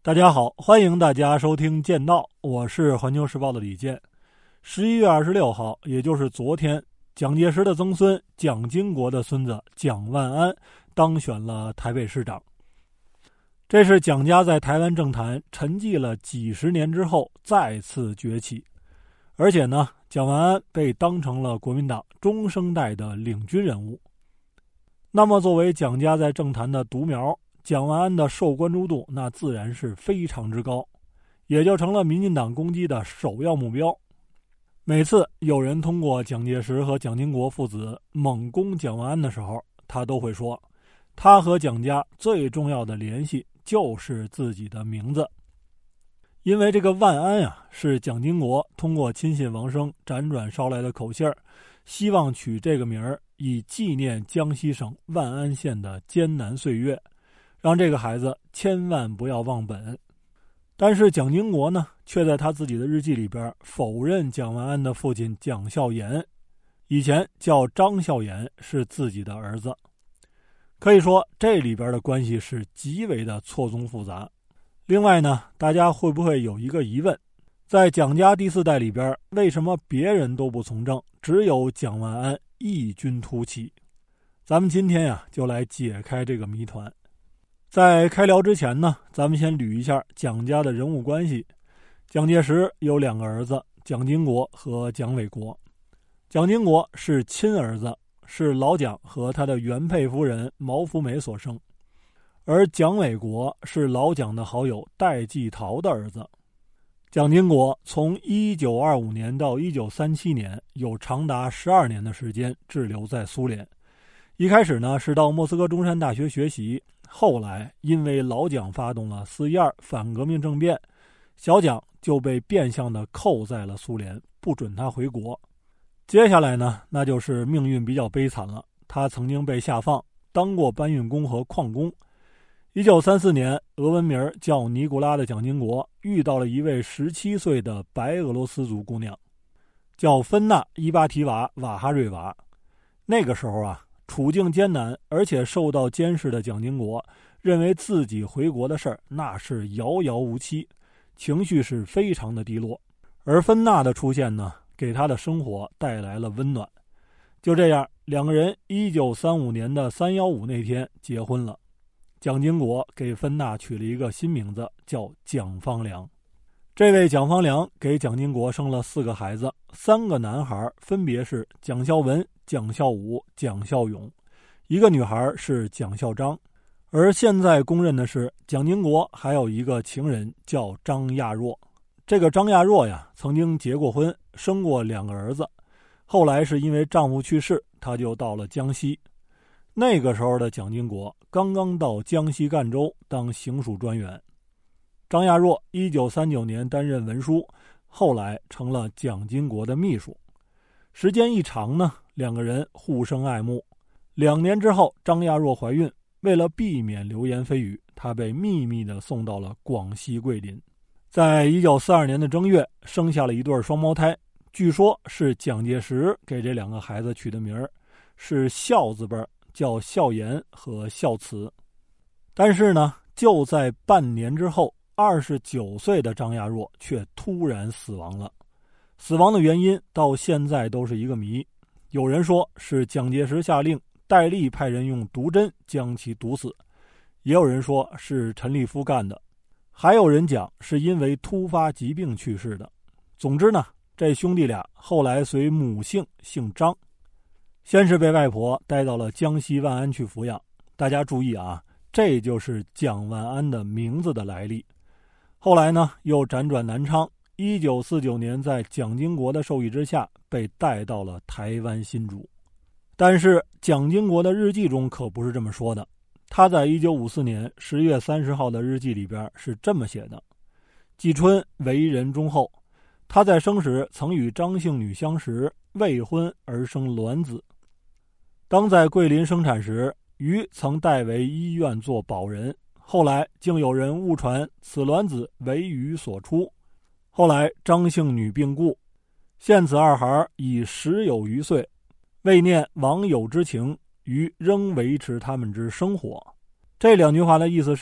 大家好，欢迎大家收听剑道，我是环球时报的李健。11月26号，也就是昨天，蒋介石的曾孙蒋经国的孙子蒋万安当选了台北市长。这是蒋家在台湾政坛沉寂了几十年之后再次崛起，而且呢，蒋万安被当成了国民党中生代的领军人物。那么作为蒋家在政坛的独苗，蒋万安的受关注度那自然是非常之高，也就成了民进党攻击的首要目标。每次有人通过蒋介石和蒋经国父子猛攻蒋万安的时候，他都会说，他和蒋家最重要的联系就是自己的名字。因为这个万安是蒋经国通过亲信王生辗转捎来的口信儿，希望取这个名儿以纪念江西省万安县的艰难岁月，让这个孩子千万不要忘本。但是蒋经国呢，却在他自己的日记里边否认蒋万安的父亲蒋孝严，以前叫张孝严，是自己的儿子。可以说这里边的关系是极为的错综复杂。另外呢，大家会不会有一个疑问，在蒋家第四代里边，为什么别人都不从政，只有蒋万安异军突起？咱们今天就来解开这个谜团。在开聊之前呢，咱们先捋一下蒋家的人物关系。蒋介石有两个儿子，蒋经国和蒋纬国。蒋经国是亲儿子，是老蒋和他的原配夫人毛福美所生，而蒋纬国是老蒋的好友戴季陶的儿子。蒋经国从1925年到1937年有长达12年的时间滞留在苏联。一开始呢是到莫斯科中山大学学习，后来因为老蒋发动了4·12反革命政变，小蒋就被变相的扣在了苏联，不准他回国。接下来呢，那就是命运比较悲惨了，他曾经被下放，当过搬运工和矿工。1934年，俄文名叫尼古拉的蒋经国遇到了一位17岁的白俄罗斯族姑娘，叫芬娜·伊巴提娃·瓦哈瑞娃。那个时候处境艰难，而且受到监视的蒋经国认为自己回国的事儿那是遥遥无期，情绪是非常的低落。而芬娜的出现呢，给他的生活带来了温暖。就这样，两个人1935年的3·15那天结婚了。蒋经国给芬娜取了一个新名字，叫蒋方良。这位蒋方良给蒋经国生了4个孩子，3个男孩分别是蒋孝文、蒋孝武、蒋孝勇，一个女孩是蒋孝章。而现在公认的是，蒋经国还有一个情人叫张亚若。这个张亚若曾经结过婚，生过2个儿子，后来是因为丈夫去世，她就到了江西。那个时候的蒋经国刚刚到江西赣州当行署专员。张亚若1939年担任文书，后来成了蒋经国的秘书。时间一长呢，两个人互生爱慕。2年之后，张亚若怀孕，为了避免流言蜚语，她被秘密地送到了广西桂林。在1942年的正月，生下了一对双胞胎，据说是蒋介石给这2个孩子取的名儿，是孝字辈，叫孝严和孝慈。但是呢，就在半年之后，29岁的张亚若却突然死亡了。死亡的原因到现在都是一个谜。有人说是蒋介石下令，戴笠派人用毒针将其毒死，也有人说是陈立夫干的，还有人讲是因为突发疾病去世的。总之呢，这兄弟俩后来随母姓姓张，先是被外婆带到了江西万安去抚养。大家注意这就是蒋万安的名字的来历。后来呢，又辗转南昌，1949年在蒋经国的授意之下，被带到了台湾新竹。但是蒋经国的日记中可不是这么说的。他在1954年10月30号的日记里边是这么写的：季春为人忠厚，他在生时曾与张姓女相识，未婚而生卵子。当在桂林生产时，于曾代为医院做保人，后来竟有人误传此卵子为于所出。后来张姓女病故，现此2孩已10有余岁，为念网友之情，于仍维持他们之生活。这2句话的意思是，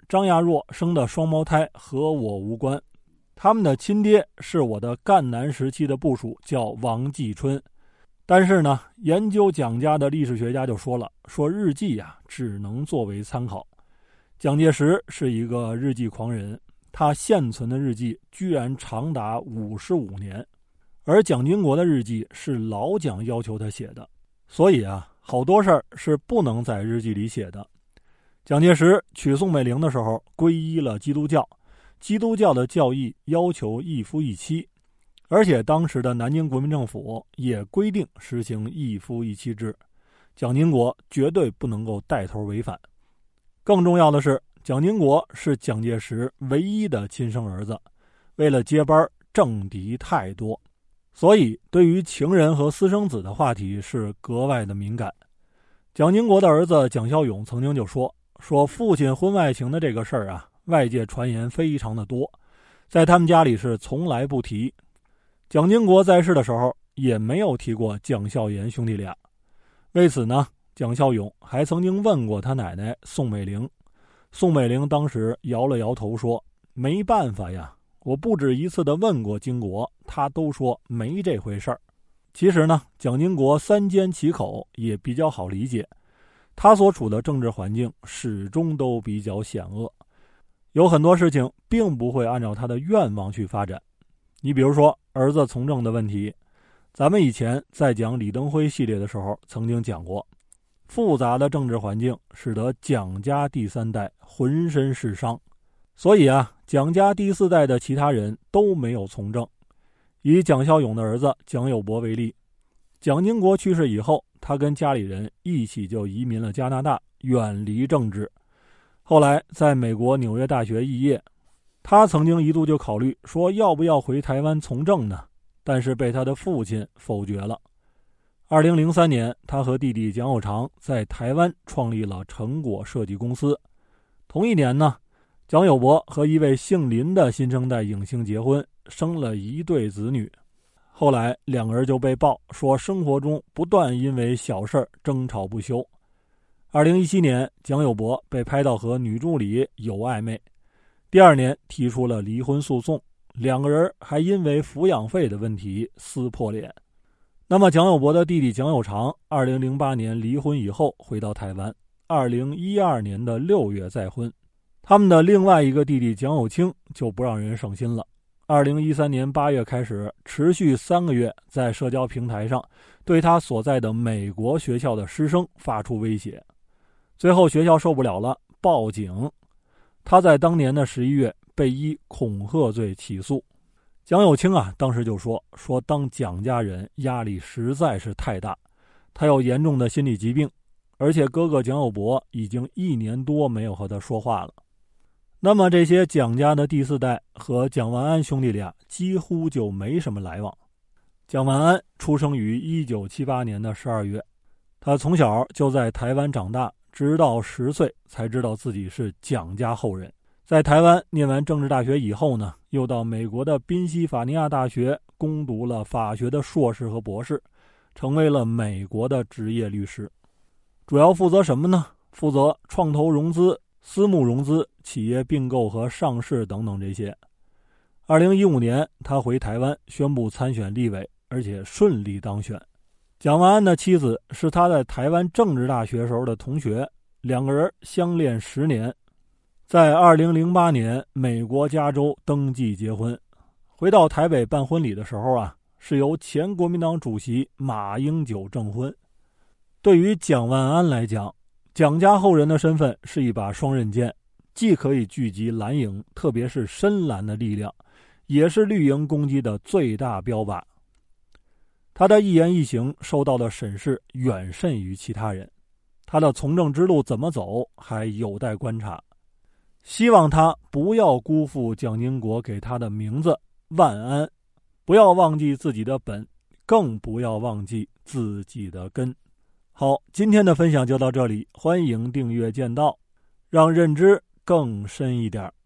张亚若生的双胞胎和我无关，他们的亲爹是我的赣南时期的部属，叫王继春。但是呢，研究蒋家的历史学家就说了，说日记呀，只能作为参考。蒋介石是一个日记狂人，他现存的日记居然长达55年，而蒋经国的日记是老蒋要求他写的，所以啊，好多事儿是不能在日记里写的。蒋介石娶宋美龄的时候皈依了基督教，基督教的教义要求一夫一妻，而且当时的南京国民政府也规定实行一夫一妻制，蒋经国绝对不能够带头违反。更重要的是，蒋经国是蒋介石唯一的亲生儿子，为了接班，政敌太多，所以对于情人和私生子的话题是格外的敏感。蒋经国的儿子蒋孝勇曾经就说父亲婚外情的这个事儿啊，外界传言非常的多，在他们家里是从来不提。蒋经国在世的时候也没有提过蒋孝严兄弟俩。为此呢，蒋孝勇还曾经问过他奶奶宋美龄，宋美龄当时摇了摇头说，没办法呀，我不止一次的问过经国，他都说没这回事儿。其实呢，蒋经国三缄其口也比较好理解，他所处的政治环境始终都比较险恶，有很多事情并不会按照他的愿望去发展。你比如说儿子从政的问题，咱们以前在讲李登辉系列的时候曾经讲过，复杂的政治环境使得蒋家第三代浑身是伤，所以啊，蒋家第四代的其他人都没有从政。以蒋孝勇的儿子蒋友柏为例，蒋经国去世以后，他跟家里人一起就移民了加拿大，远离政治。后来在美国纽约大学肄业，他曾经一度就考虑说要不要回台湾从政呢，但是被他的父亲否决了。2003年，他和弟弟蒋友常在台湾创立了成果设计公司。同一年呢，蒋友柏和一位姓林的新生代影星结婚，生了一对子女。后来两个人就被曝说生活中不断因为小事争吵不休。2017年，蒋友柏被拍到和女助理有暧昧，第二年提出了离婚诉讼，两个人还因为抚养费的问题撕破脸。那么蒋友柏的弟弟蒋友常2008年离婚以后回到台湾，2012年的6月再婚。他们的另外一个弟弟蒋友清就不让人省心了。2013年8月开始，持续3个月在社交平台上对他所在的美国学校的师生发出威胁，最后学校受不了了，报警。他在当年的11月被依恐吓罪起诉。蒋友清啊，当时就说当蒋家人压力实在是太大，他有严重的心理疾病，而且哥哥蒋友柏已经1年多没有和他说话了。那么这些蒋家的第四代和蒋万安兄弟俩几乎就没什么来往。蒋万安出生于1978年的12月，他从小就在台湾长大，直到10岁才知道自己是蒋家后人。在台湾念完政治大学以后呢，又到美国的宾夕法尼亚大学攻读了法学的硕士和博士，成为了美国的职业律师。主要负责什么呢？负责创投融资、私募融资、企业并购和上市等等这些。2015年，他回台湾宣布参选立委，而且顺利当选。蒋万安的妻子是他在台湾政治大学时候的同学，两个人相恋10年。在2008年，美国加州登记结婚。回到台北办婚礼的时候啊，是由前国民党主席马英九证婚。对于蒋万安来讲，蒋家后人的身份是一把双刃剑，既可以聚集蓝营，特别是深蓝的力量，也是绿营攻击的最大标靶。他的一言一行受到的审视远甚于其他人，他的从政之路怎么走还有待观察。希望他不要辜负蒋经国给他的名字万安，不要忘记自己的本，更不要忘记自己的根。好，今天的分享就到这里，欢迎订阅剑道，让认知更深一点。